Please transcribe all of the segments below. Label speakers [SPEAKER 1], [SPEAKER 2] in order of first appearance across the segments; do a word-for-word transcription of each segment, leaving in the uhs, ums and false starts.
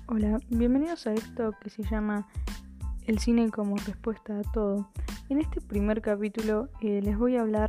[SPEAKER 1] Hola, bienvenidos a esto que se llama El cine como respuesta a todo. En este primer capítulo eh, les voy a hablar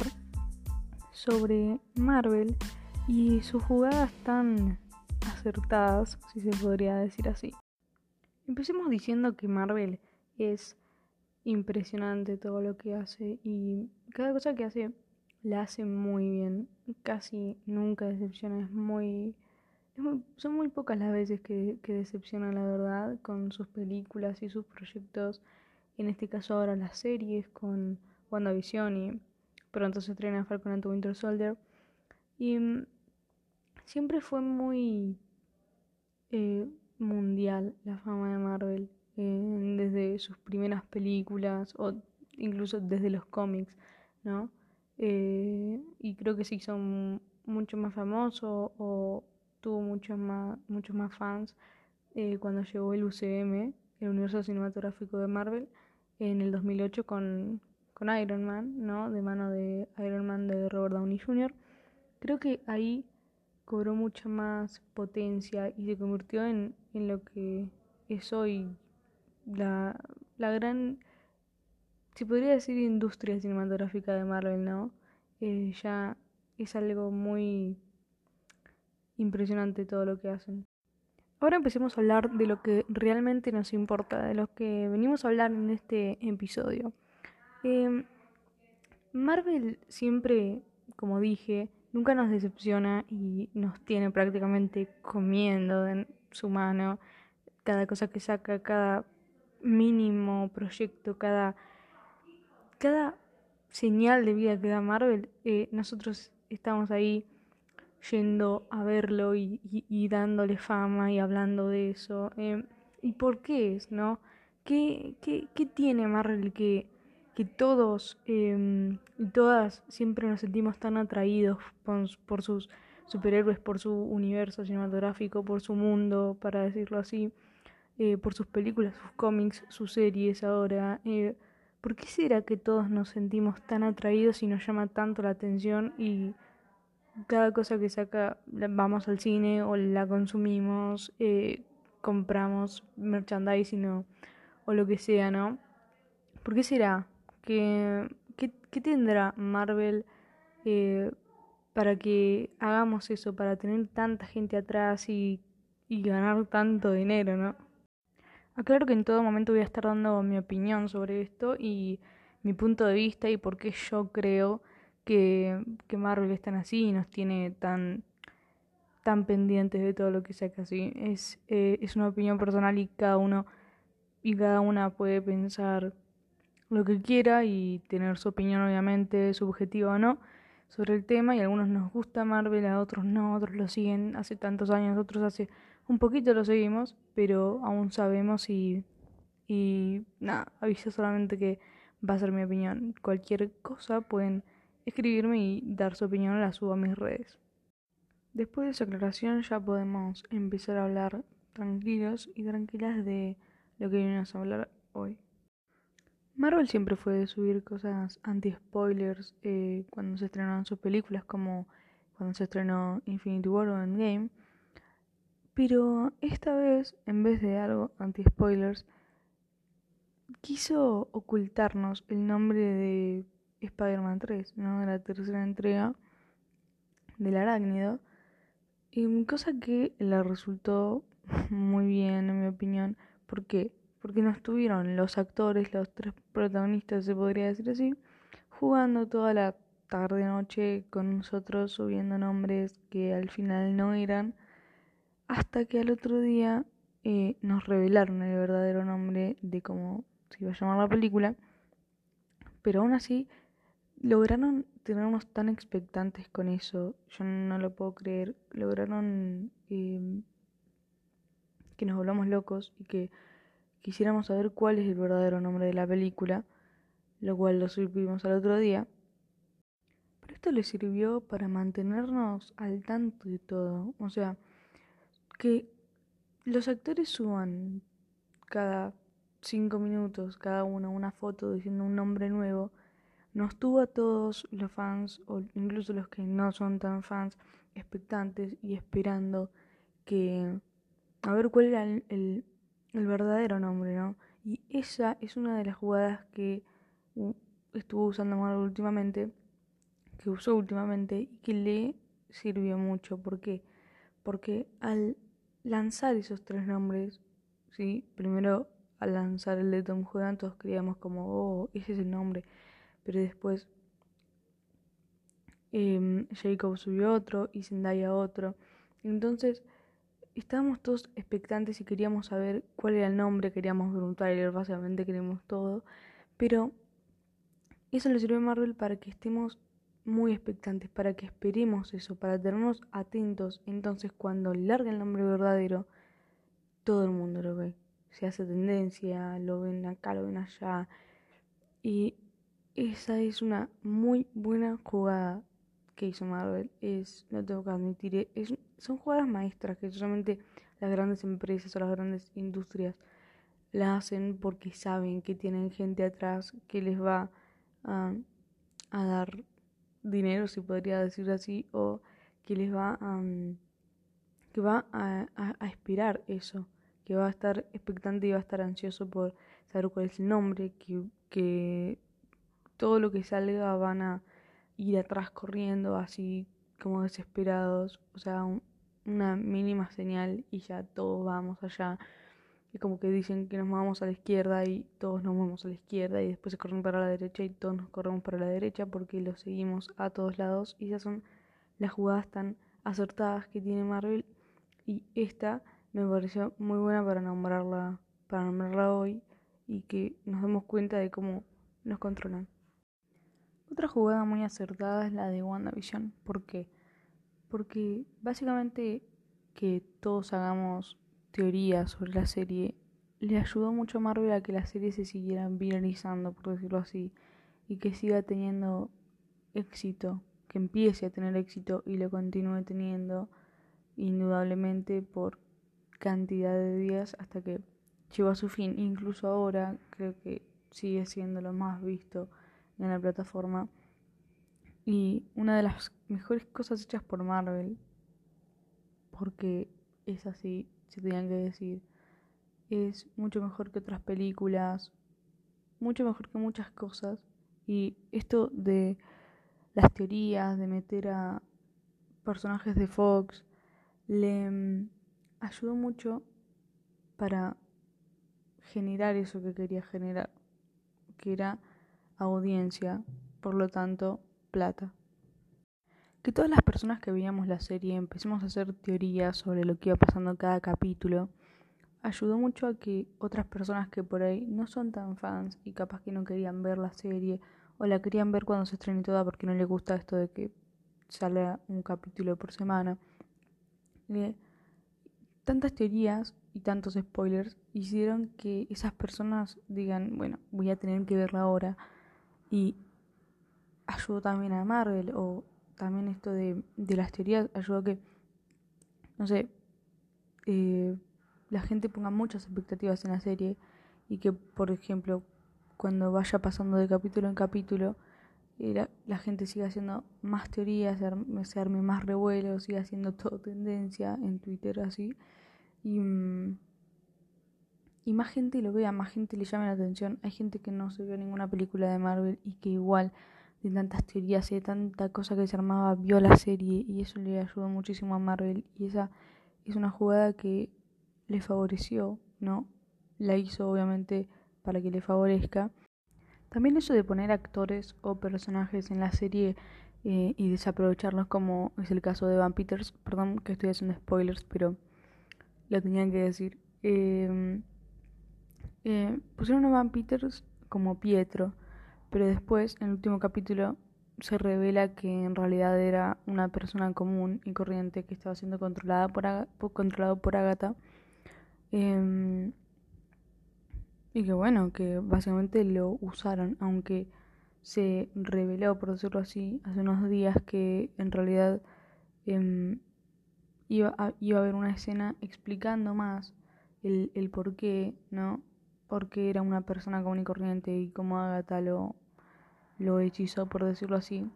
[SPEAKER 1] sobre Marvel y sus jugadas tan acertadas, si se podría decir así. Empecemos diciendo que Marvel es impresionante todo lo que hace y cada cosa que hace la hace muy bien, casi nunca decepciona, es muy... Es muy- son muy pocas las veces que, que decepcionan, la verdad, con sus películas y sus proyectos. En este caso ahora las series con WandaVision y pronto se estrena Falcon and the Winter Soldier. Y mm, siempre fue muy eh, mundial la fama de Marvel, eh, desde sus primeras películas o incluso desde los cómics, ¿no? Eh, y creo que se hizo m- mucho más famoso o tuvo muchos más, muchos más fans eh, cuando llegó el U C M, el universo cinematográfico de Marvel, en el dos mil ocho con, con Iron Man, ¿no? De mano de Iron Man de Robert Downey junior Creo que ahí cobró mucha más potencia y se convirtió en, en lo que es hoy la, la gran, se podría decir, industria cinematográfica de Marvel, ¿no? Eh, ya es algo muy impresionante todo lo que hacen. Ahora empecemos a hablar de lo que realmente nos importa, de lo que venimos a hablar en este episodio. Eh, Marvel siempre, como dije, nunca nos decepciona y nos tiene prácticamente comiendo de su mano cada cosa que saca, cada mínimo proyecto, cada, cada señal de vida que da Marvel. Eh, nosotros estamos ahí yendo a verlo y, y, y dándole fama y hablando de eso. Eh, ¿Y por qué es, no? ¿Qué, qué, qué tiene Marvel que, que todos eh, y todas siempre nos sentimos tan atraídos por, por sus superhéroes, por su universo cinematográfico, por su mundo, para decirlo así, eh, por sus películas, sus cómics, sus series ahora? Eh, ¿Por qué será que todos nos sentimos tan atraídos y nos llama tanto la atención y cada cosa que saca vamos al cine o la consumimos, eh, compramos merchandising o, o lo que sea, ¿no? ¿Por qué será? ¿Qué, qué, qué tendrá Marvel eh, para que hagamos eso, para tener tanta gente atrás y, y ganar tanto dinero, ¿no? Aclaro que en todo momento voy a estar dando mi opinión sobre esto y mi punto de vista y por qué yo creo que, que Marvel es tan así y nos tiene tan tan pendientes de todo lo que saca así. Es, eh, es una opinión personal y cada uno y cada una puede pensar lo que quiera y tener su opinión obviamente subjetiva o no sobre el tema, y a algunos nos gusta Marvel, a otros no, otros lo siguen hace tantos años, otros hace un poquito lo seguimos, pero aún sabemos y, y nada, aviso solamente que va a ser mi opinión. Cualquier cosa pueden escribirme y dar su opinión, la subo a mis redes. Después de esa aclaración ya podemos empezar a hablar tranquilos y tranquilas de lo que venimos a hablar hoy. Marvel siempre fue de subir cosas anti-spoilers eh, cuando se estrenaron sus películas, como cuando se estrenó Infinity War o Endgame, pero esta vez, en vez de algo anti-spoilers, quiso ocultarnos el nombre de Spider-Man tres, ¿no? De la tercera entrega del arácnido. Y cosa que le resultó muy bien, en mi opinión. ¿Por qué? Porque no estuvieron los actores, los tres protagonistas, se podría decir así, jugando toda la tarde-noche con nosotros, subiendo nombres que al final no eran, hasta que al otro día eh, nos revelaron el verdadero nombre de cómo se iba a llamar la película. Pero aún así lograron tenernos tan expectantes con eso, yo no lo puedo creer. Lograron eh, que nos volvamos locos y que quisiéramos saber cuál es el verdadero nombre de la película, lo cual lo supimos al otro día. Pero esto les sirvió para mantenernos al tanto de todo. O sea, que los actores suban cada cinco minutos, cada uno, una foto diciendo un nombre nuevo, nos tuvo a todos los fans, o incluso los que no son tan fans, expectantes y esperando que a ver cuál era el, el, el verdadero nombre, ¿no? Y esa es una de las jugadas que uh, estuvo usando Marvel últimamente, que usó últimamente y que le sirvió mucho. ¿Por qué? Porque al lanzar esos tres nombres, ¿sí? Primero al lanzar el de Tom Holland todos creíamos como, oh, ese es el nombre, pero después eh, Jacob subió otro y Zendaya otro. Entonces estábamos todos expectantes y queríamos saber cuál era el nombre, queríamos ver un trailer, básicamente queremos todo, pero eso le sirve a Marvel para que estemos muy expectantes, para que esperemos eso, para tenernos atentos. Entonces cuando larga el nombre verdadero, todo el mundo lo ve. Se hace tendencia, lo ven acá, lo ven allá. Y esa es una muy buena jugada que hizo Marvel. Es, no tengo que admitir, es, son jugadas maestras que solamente las grandes empresas o las grandes industrias la hacen porque saben que tienen gente atrás que les va a, a dar dinero, si podría decir así, o que les va a, que va a, a, a esperar eso, que va a estar expectante y va a estar ansioso por saber cuál es el nombre, que, que todo lo que salga van a ir atrás corriendo así como desesperados, o sea, un, una mínima señal y ya todos vamos allá. Es como que dicen que nos movamos a la izquierda y todos nos movemos a la izquierda y después se corren para la derecha y todos nos corremos para la derecha porque los seguimos a todos lados y esas son las jugadas tan acertadas que tiene Marvel y esta me pareció muy buena para nombrarla, para nombrarla hoy y que nos demos cuenta de cómo nos controlan. Otra jugada muy acertada es la de WandaVision. ¿Por qué? Porque básicamente que todos hagamos teorías sobre la serie le ayudó mucho a Marvel a que la serie se siguiera viralizando, por decirlo así, y que siga teniendo éxito, que empiece a tener éxito y lo continúe teniendo indudablemente por cantidad de días hasta que llegó a su fin. Incluso ahora creo que sigue siendo lo más visto en la plataforma. Y una de las mejores cosas hechas por Marvel, porque es así, se tenían que decir, es mucho mejor que otras películas, mucho mejor que muchas cosas. Y esto de las teorías, de meter a personajes de Fox, le mm, ayudó mucho para generar eso que quería generar, que era audiencia, por lo tanto, plata. Que todas las personas que veíamos la serie empecemos a hacer teorías sobre lo que iba pasando en cada capítulo, ayudó mucho a que otras personas que por ahí no son tan fans y capaz que no querían ver la serie o la querían ver cuando se estrene toda porque no les gusta esto de que sale un capítulo por semana. Eh, tantas teorías y tantos spoilers hicieron que esas personas digan, bueno, voy a tener que verla ahora, y ayudó también a Marvel, o también esto de, de las teorías ayudó a que, no sé, eh, la gente ponga muchas expectativas en la serie y que, por ejemplo, cuando vaya pasando de capítulo en capítulo, eh, la, la gente siga haciendo más teorías, se arme, se arme más revuelo, siga haciendo todo tendencia en Twitter así, y, mm, y más gente lo vea, más gente le llame la atención. Hay gente que no se vio ninguna película de Marvel y que igual de tantas teorías y de tanta cosa que se armaba vio la serie y eso le ayudó muchísimo a Marvel y esa es una jugada que le favoreció, ¿no? La hizo obviamente para que le favorezca. También eso de poner actores o personajes en la serie eh, y desaprovecharlos, como es el caso de Evan Peters. Perdón que estoy haciendo spoilers, pero lo tenían que decir. Eh, eh, pusieron a Evan Peters como Pietro, pero después, en el último capítulo, se revela que en realidad era una persona común y corriente que estaba siendo controlada por, Aga- por controlado por Agatha. Eh, y que bueno, que básicamente lo usaron, aunque se reveló, por decirlo así, hace unos días que en realidad eh, iba, a, iba a haber una escena explicando más el, el por qué, ¿no? Porque era una persona común y corriente y cómo Agatha lo, lo hechizó, por decirlo así.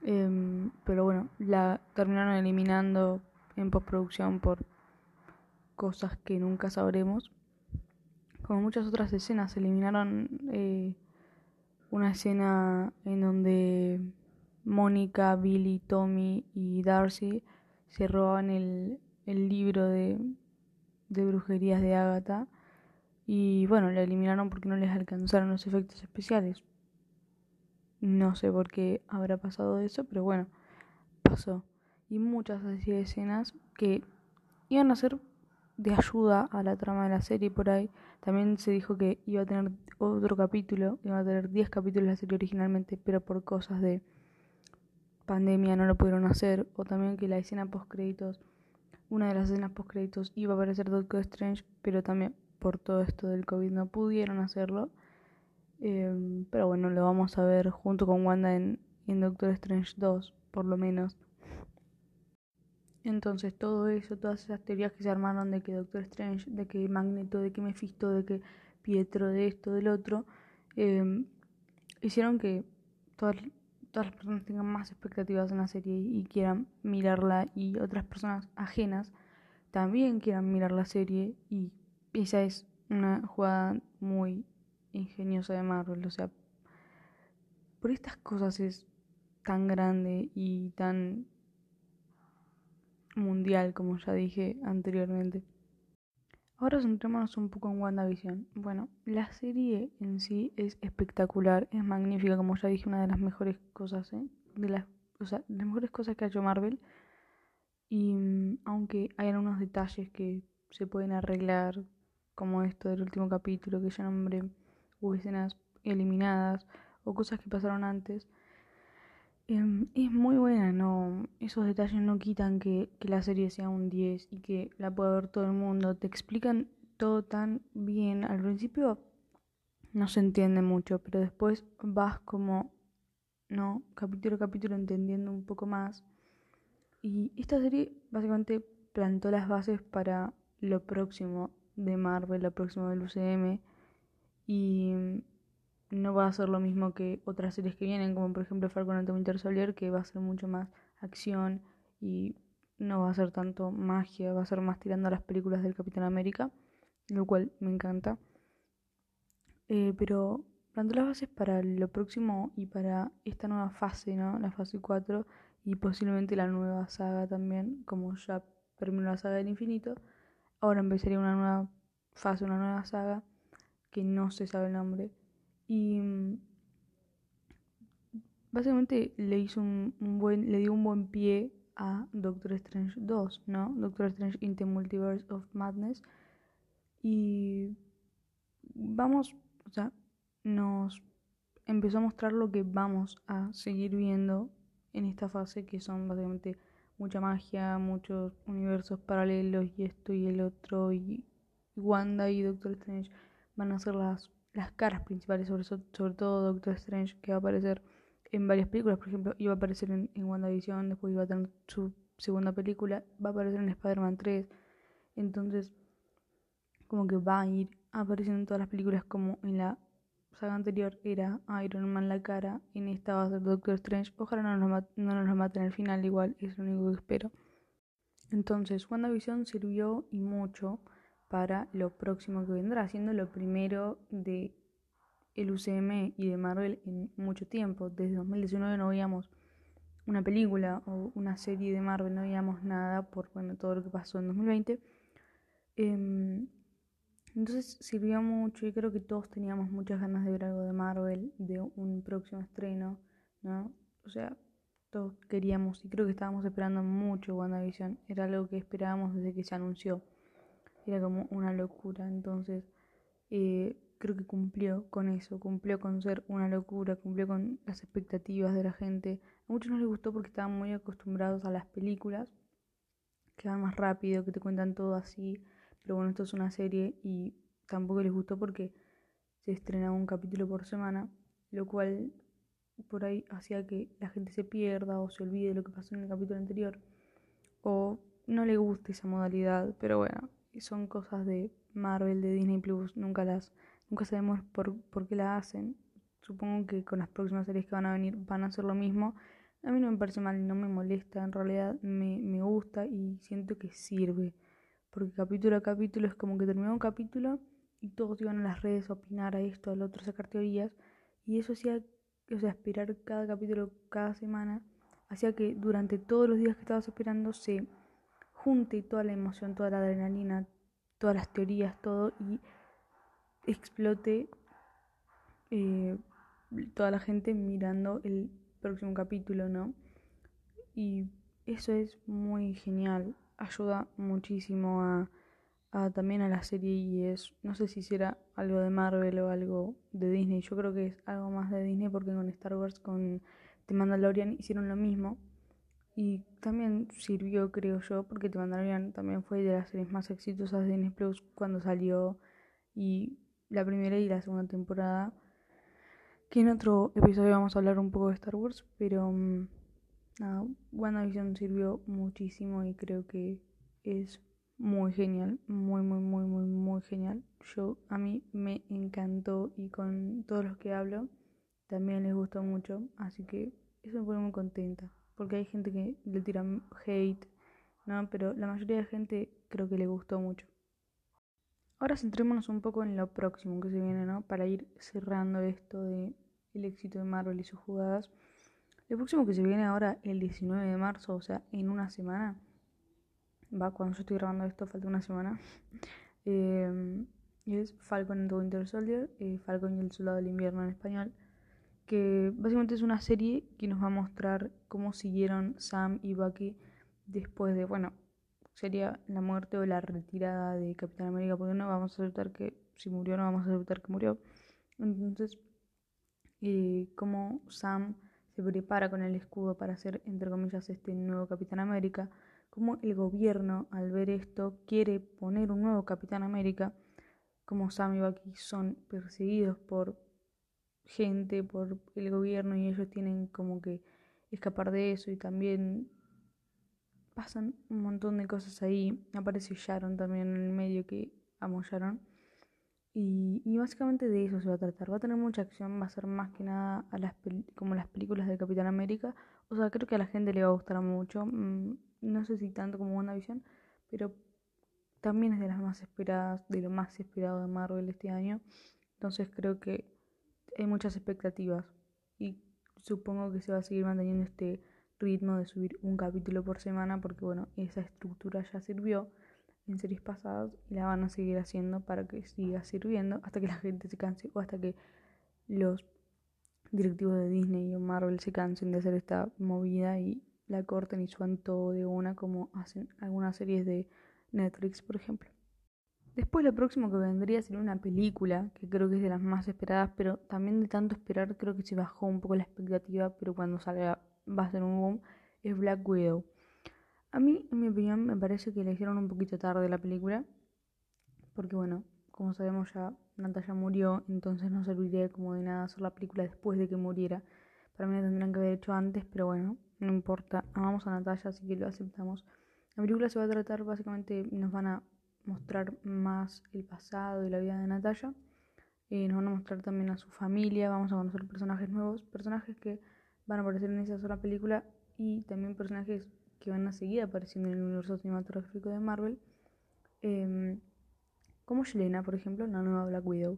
[SPEAKER 1] Eh, pero bueno, la terminaron eliminando en postproducción por cosas que nunca sabremos. Como muchas otras escenas, eliminaron eh, una escena en donde Mónica, Billy, Tommy y Darcy se robaban el, el libro de, de brujerías de Agatha. Y bueno, la eliminaron porque no les alcanzaron los efectos especiales. No sé por qué habrá pasado eso, pero bueno, pasó. Y muchas así de escenas que iban a ser de ayuda a la trama de la serie por ahí. También se dijo que iba a tener otro capítulo, iba a tener diez capítulos la serie originalmente, pero por cosas de pandemia no lo pudieron hacer. O también que la escena post créditos, una de las escenas post créditos iba a aparecer Doctor Strange, pero también por todo esto del COVID no pudieron hacerlo. Eh, pero bueno, lo vamos a ver junto con Wanda en, en Doctor Strange dos, por lo menos. Entonces todo eso, todas esas teorías que se armaron de que Doctor Strange, de que Magneto, de que Mephisto, de que Pietro, de esto, del otro, eh, hicieron que todas, todas las personas tengan más expectativas en la serie y, y quieran mirarla, y otras personas ajenas también quieran mirar la serie, y esa es una jugada muy ingeniosa de Marvel. O sea, por estas cosas es tan grande y tan mundial, como ya dije anteriormente. Ahora centrémonos un poco en WandaVision. Bueno, la serie en sí es espectacular, es magnífica, como ya dije, una de las mejores cosas, ¿eh? de las, o sea, de las mejores cosas que ha hecho Marvel. Y mm, aunque hay algunos detalles que se pueden arreglar, como esto del último capítulo que ya nombré, o escenas eliminadas, o cosas que pasaron antes, eh, es muy buena. No, esos detalles no quitan que, que la serie sea un diez y que la pueda ver todo el mundo. Te explican todo tan bien. Al principio no se entiende mucho, pero después vas como, no, capítulo a capítulo entendiendo un poco más. Y esta serie básicamente plantó las bases para lo próximo de Marvel, lo próximo del U C M. Y no va a ser lo mismo que otras series que vienen, como por ejemplo Falcon and the Winter Soldier, que va a ser mucho más acción y no va a ser tanto magia, va a ser más tirando a las películas del Capitán América, lo cual me encanta. Eh, pero plantó las bases para lo próximo y para esta nueva fase, ¿no? La fase cuatro, y posiblemente la nueva saga también, como ya terminó la saga del infinito. Ahora empezaría una nueva fase, una nueva saga que no se sabe el nombre. Y mm, básicamente le hizo un, un buen, le dio un buen pie a Doctor Strange dos, ¿no? Doctor Strange in the Multiverse of Madness. Y vamos, o sea, nos empezó a mostrar lo que vamos a seguir viendo en esta fase, que son básicamente mucha magia, muchos universos paralelos y esto y el otro, y Wanda y Doctor Strange van a ser las, las caras principales, sobre, sobre todo Doctor Strange, que va a aparecer en varias películas. Por ejemplo, iba a aparecer en, en WandaVision, después iba a tener su segunda película, va a aparecer en Spider-Man tres. Entonces como que va a ir apareciendo en todas las películas, como en la saga anterior era Iron Man la cara, en esta va a ser Doctor Strange. Ojalá no nos, no nos lo maten al final, igual es lo único que espero. Entonces, WandaVision sirvió y mucho para lo próximo que vendrá, siendo lo primero de el U C M y de Marvel en mucho tiempo. Desde dos mil diecinueve no veíamos una película o una serie de Marvel, no veíamos nada por bueno, todo lo que pasó en dos mil veinte. Eh, entonces sirvió mucho y creo que todos teníamos muchas ganas de ver algo de Marvel, de un próximo estreno, ¿no? O sea, todos queríamos y creo que estábamos esperando mucho WandaVision. Era algo que esperábamos desde que se anunció. Era como una locura. Entonces, eh, creo que cumplió con eso, cumplió con ser una locura, cumplió con las expectativas de la gente. A muchos no les gustó porque estaban muy acostumbrados a las películas, que van más rápido, que te cuentan todo así. Pero bueno, esto es una serie y tampoco les gustó porque se estrenaba un capítulo por semana, lo cual por ahí hacía que la gente se pierda o se olvide de lo que pasó en el capítulo anterior, o no le guste esa modalidad. Pero bueno, son cosas de Marvel, de Disney Plus, nunca las nunca sabemos por, por qué la hacen. Supongo que con las próximas series que van a venir van a hacer lo mismo. A mí no me parece mal, no me molesta, en realidad me, me gusta y siento que sirve porque capítulo a capítulo es como que terminaba un capítulo y todos iban a las redes a opinar a esto, al otro, a sacar teorías, y eso hacía, o sea, esperar cada capítulo cada semana, hacía que durante todos los días que estabas esperando se junte toda la emoción, toda la adrenalina, todas las teorías, todo, y explote eh, toda la gente mirando el próximo capítulo, ¿no? Y eso es muy genial, ayuda muchísimo a, a también a la serie y es, no sé si será algo de Marvel o algo de Disney, yo creo que es algo más de Disney porque con Star Wars, con The Mandalorian hicieron lo mismo y también sirvió, creo yo, porque The Mandalorian también fue de las series más exitosas de Disney Plus cuando salió y la primera y la segunda temporada, que en otro episodio vamos a hablar un poco de Star Wars, pero um, nada, WandaVision sirvió muchísimo y creo que es muy genial, muy, muy, muy, muy, muy genial. Yo, a mí me encantó y con todos los que hablo también les gustó mucho, así que eso me pone muy contenta, porque hay gente que le tira hate, ¿no? Pero la mayoría de gente creo que le gustó mucho. Ahora centrémonos un poco en lo próximo que se viene, ¿no? Para ir cerrando esto de el éxito de Marvel y sus jugadas. Lo próximo que se viene ahora, el diecinueve de marzo, o sea, en una semana, va, cuando yo estoy grabando esto, falta una semana, eh, es Falcon and the Winter Soldier, eh, Falcon y el Soldado del Invierno en español, que básicamente es una serie que nos va a mostrar cómo siguieron Sam y Bucky después de, bueno, sería la muerte o la retirada de Capitán América, porque no vamos a aceptar que si murió, no vamos a aceptar que murió. Entonces, eh, cómo Sam se prepara con el escudo para hacer, entre comillas, este nuevo Capitán América, cómo el gobierno, al ver esto, quiere poner un nuevo Capitán América, como Sam y Bucky son perseguidos por gente, por el gobierno, y ellos tienen como que escapar de eso, y también pasan un montón de cosas ahí. Aparece Sharon también en el medio, que amo Sharon. Y, y básicamente de eso se va a tratar. Va a tener mucha acción, va a ser más que nada a las como las películas del Capitán América. O sea, creo que a la gente le va a gustar mucho. Mm, no sé si tanto como WandaVision, pero también es de las más esperadas, de lo más esperado de Marvel este año. Entonces creo que hay muchas expectativas. Y supongo que se va a seguir manteniendo este ritmo de subir un capítulo por semana, porque bueno, esa estructura ya sirvió en series pasadas y la van a seguir haciendo para que siga sirviendo hasta que la gente se canse o hasta que los directivos de Disney o Marvel se cansen de hacer esta movida y la corten y suban todo de una, como hacen algunas series de Netflix, por ejemplo. Después lo próximo que vendría sería una película, que creo que es de las más esperadas, pero también de tanto esperar creo que se bajó un poco la expectativa, pero cuando salga va a ser un boom, es Black Widow. A mí, en mi opinión, me parece que la hicieron un poquito tarde la película, porque bueno, como sabemos ya Natalia murió, entonces no serviría como de nada hacer la película después de que muriera. Para mí la tendrían que haber hecho antes, pero bueno, no importa, amamos a Natalia, así que lo aceptamos. La película se va a tratar, básicamente nos van a mostrar más el pasado y la vida de Natalia. Eh, nos van a mostrar también a su familia, vamos a conocer personajes nuevos, personajes que van a aparecer en esa sola película y también personajes que van a seguir apareciendo en el universo cinematográfico de Marvel. Eh, como Yelena, por ejemplo, la nueva Black Widow.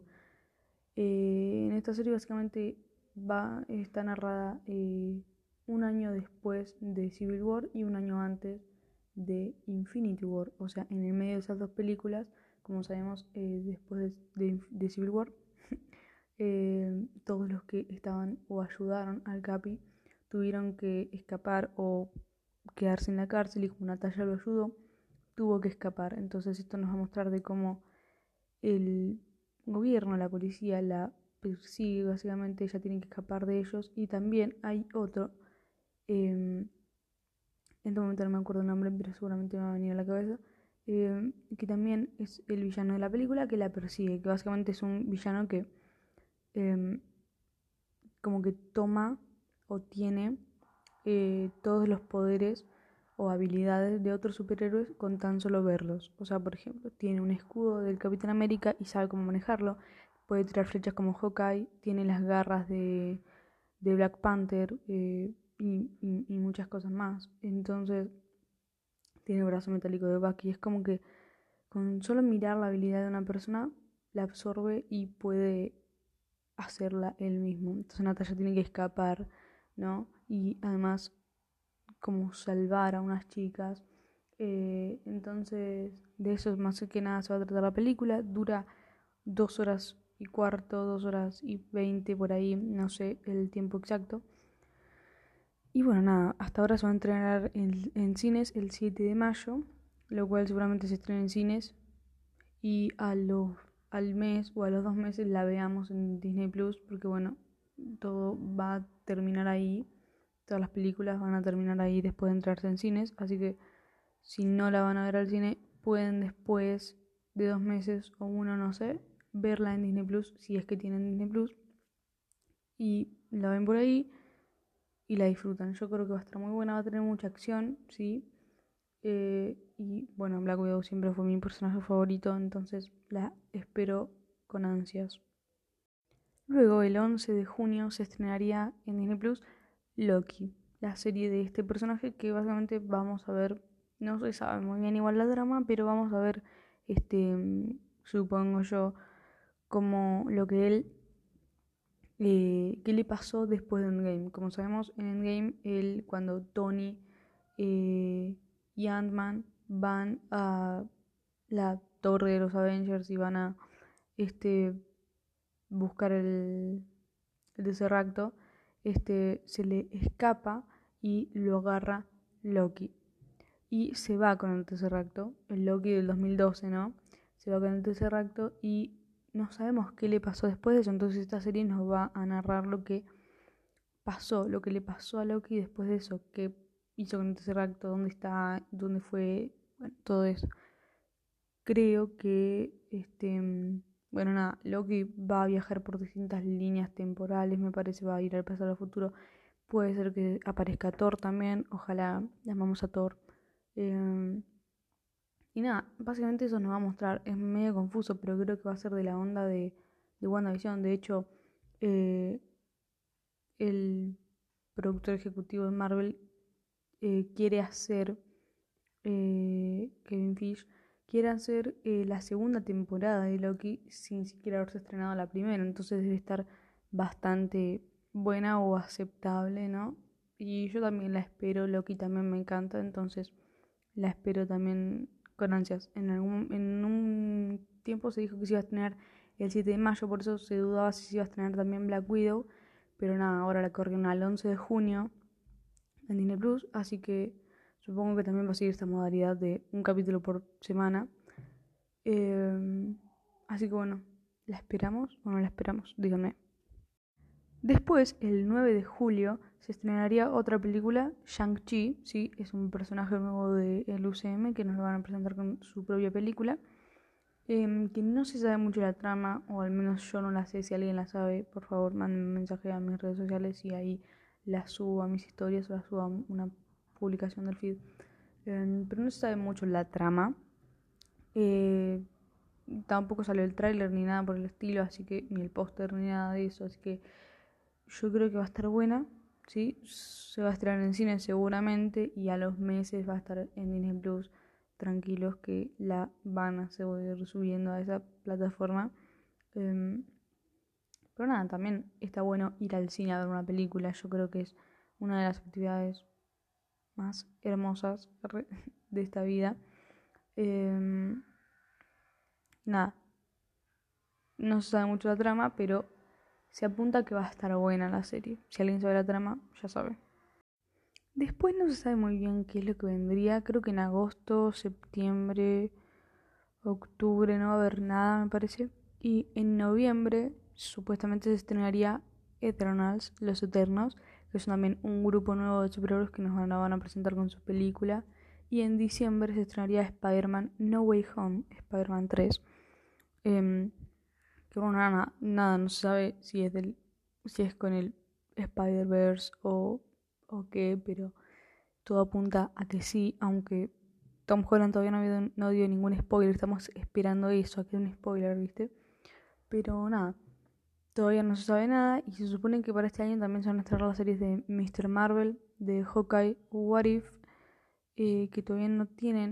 [SPEAKER 1] Eh, en esta serie básicamente va, está narrada eh, un año después de Civil War y un año antes de Infinity War. O sea, en el medio de esas dos películas, como sabemos, eh, después de, de, de Civil War, eh, todos los que estaban o ayudaron al Capi tuvieron que escapar o quedarse en la cárcel, y como Natalia lo ayudó, tuvo que escapar. Entonces esto nos va a mostrar de cómo el gobierno, la policía la persigue, básicamente ella tiene que escapar de ellos. Y también hay otro, eh, en este momento no me acuerdo el nombre, pero seguramente me va a venir a la cabeza, eh, que también es el villano de la película que la persigue, que básicamente es un villano que eh, como que toma o tiene eh, todos los poderes o habilidades de otros superhéroes con tan solo verlos. O sea, por ejemplo, tiene un escudo del Capitán América y sabe cómo manejarlo. Puede tirar flechas como Hawkeye, tiene las garras de, de Black Panther eh, y, y, y muchas cosas más. Entonces, tiene el brazo metálico de Bucky. Es como que con solo mirar la habilidad de una persona, la absorbe y puede hacerla él mismo. Entonces Natalia tiene que escapar, ¿no? Y además como salvar a unas chicas. Eh, entonces, de eso más que nada se va a tratar la película. Dura dos horas y cuarto, dos horas y veinte por ahí, no sé el tiempo exacto. Y bueno, nada, hasta ahora se va a estrenar en, en cines el siete de mayo, lo cual seguramente se estrena en cines y a los, al mes o a los dos meses la veamos en Disney Plus, porque bueno, todo va a terminar ahí, todas las películas van a terminar ahí después de entrarse en cines, así que si no la van a ver al cine, pueden después de dos meses o uno, no sé, verla en Disney Plus, si es que tienen Disney Plus, y la ven por ahí y la disfrutan. Yo creo que va a estar muy buena, va a tener mucha acción, sí. Eh, y bueno, Black Widow siempre fue mi personaje favorito, entonces la espero con ansias. Luego, el once de junio, se estrenaría en Disney Plus Loki, la serie de este personaje que básicamente vamos a ver, no se sabe muy bien igual la trama, pero vamos a ver, este, supongo yo, como lo que él, eh, qué le pasó después de Endgame. Como sabemos, en Endgame, él, cuando Tony eh, y Ant-Man van a la torre de los Avengers y van a este, buscar el, el Tesseracto, este, se le escapa y lo agarra Loki. Y se va con el Tesseracto, el Loki del dos mil doce, ¿no? Se va con el Tesseracto y no sabemos qué le pasó después de eso. Entonces esta serie nos va a narrar lo que pasó, lo que le pasó a Loki después de eso, qué hizo con el Tesseracto, dónde está, dónde fue, bueno, todo eso. Creo que, este, bueno, nada, Loki va a viajar por distintas líneas temporales, me parece, va a ir al pasado al futuro. Puede ser que aparezca Thor también, ojalá llamamos a Thor. Eh, y nada, básicamente eso nos va a mostrar, es medio confuso, pero creo que va a ser de la onda de, de WandaVision. De hecho, eh, el productor ejecutivo de Marvel eh, quiere hacer, eh, Kevin Feige, quiere hacer eh, la segunda temporada de Loki sin siquiera haberse estrenado la primera, entonces debe estar bastante buena o aceptable, ¿no? Y yo también la espero, Loki también me encanta, entonces la espero también con ansias. En algún en un tiempo se dijo que se iba a estrenar el siete de mayo, por eso se dudaba si se iba a estrenar también Black Widow, pero nada, ahora la corrieron al once de junio en Disney Plus, así que supongo que también va a seguir esta modalidad de un capítulo por semana. Eh, así que bueno, ¿la esperamos o no la esperamos? Díganme. Después, el nueve de julio, se estrenaría otra película, Shang-Chi, ¿sí? Es un personaje nuevo del U C M que nos lo van a presentar con su propia película. Eh, que no se sabe mucho la trama, o al menos yo no la sé. Si alguien la sabe, por favor, manden un mensaje a mis redes sociales y ahí la subo a mis historias o la subo a una publicación del feed. Eh, pero no se sabe mucho la trama. Eh, tampoco salió el tráiler ni nada por el estilo, así que ni el póster ni nada de eso, así que yo creo que va a estar buena, ¿sí? Se va a estrenar en cine seguramente y a los meses va a estar en Disney Plus. Tranquilos que la van a seguir subiendo a esa plataforma. Um, pero nada, también está bueno ir al cine a ver una película. Yo creo que es una de las actividades más hermosas de esta vida. Um, nada, no se sabe mucho la trama, pero se apunta que va a estar buena la serie. Si alguien sabe la trama, ya sabe. Después no se sabe muy bien qué es lo que vendría. Creo que en agosto, septiembre, octubre no va a haber nada, me parece. Y en noviembre supuestamente se estrenaría Eternals, Los Eternos, que es también un grupo nuevo de superhéroes que nos van a, van a presentar con su película. Y en diciembre se estrenaría Spider-Man No Way Home, Spider-Man tres. Eh, que bueno, nada, nada, no se sabe si es del, si es con el Spider-Verse o, o qué, pero todo apunta a que sí, aunque Tom Holland todavía no, dio, no dio ningún spoiler, estamos esperando eso, a que dé un spoiler, ¿viste? Pero nada, todavía no se sabe nada y se supone que para este año también se van a estrenar las series de míster Marvel, de Hawkeye, What If, eh, que todavía no tienen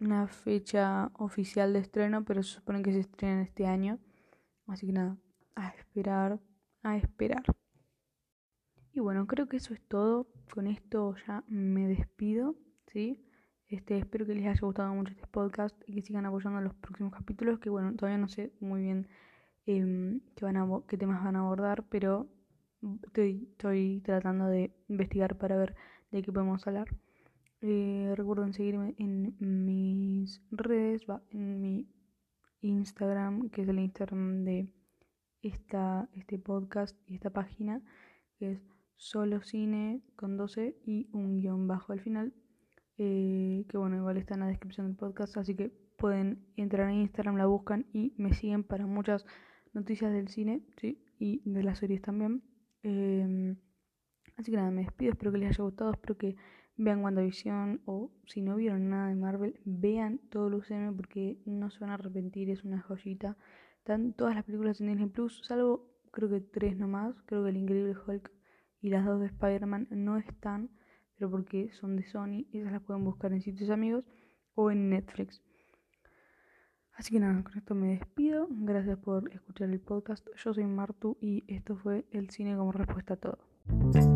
[SPEAKER 1] una fecha oficial de estreno, pero se supone que se estrena este año. Así que nada, a esperar, a esperar. Y bueno, creo que eso es todo. Con esto ya me despido, ¿sí? Este, espero que les haya gustado mucho este podcast y que sigan apoyando los próximos capítulos, que bueno, todavía no sé muy bien eh, qué, van a, qué temas van a abordar, pero estoy, estoy tratando de investigar para ver de qué podemos hablar. Eh, recuerden seguirme en mis redes, va, en mi Instagram, que es el Instagram de esta, este podcast y esta página, que es solo cine con doce y un guión bajo al final, eh, que bueno, igual está en la descripción del podcast, así que pueden entrar en Instagram, la buscan y me siguen para muchas noticias del cine, ¿sí? Y de las series también. Eh, así que nada, me despido, espero que les haya gustado, espero que vean WandaVision o si no vieron nada de Marvel, vean todo el U C M porque no se van a arrepentir, es una joyita. Están todas las películas en Disney Plus, salvo creo que tres nomás, creo que El Increíble Hulk y las dos de Spider-Man no están, pero porque son de Sony, esas las pueden buscar en sitios amigos o en Netflix. Así que nada, con esto me despido, gracias por escuchar el podcast, yo soy Martu y esto fue El Cine como Respuesta a Todo.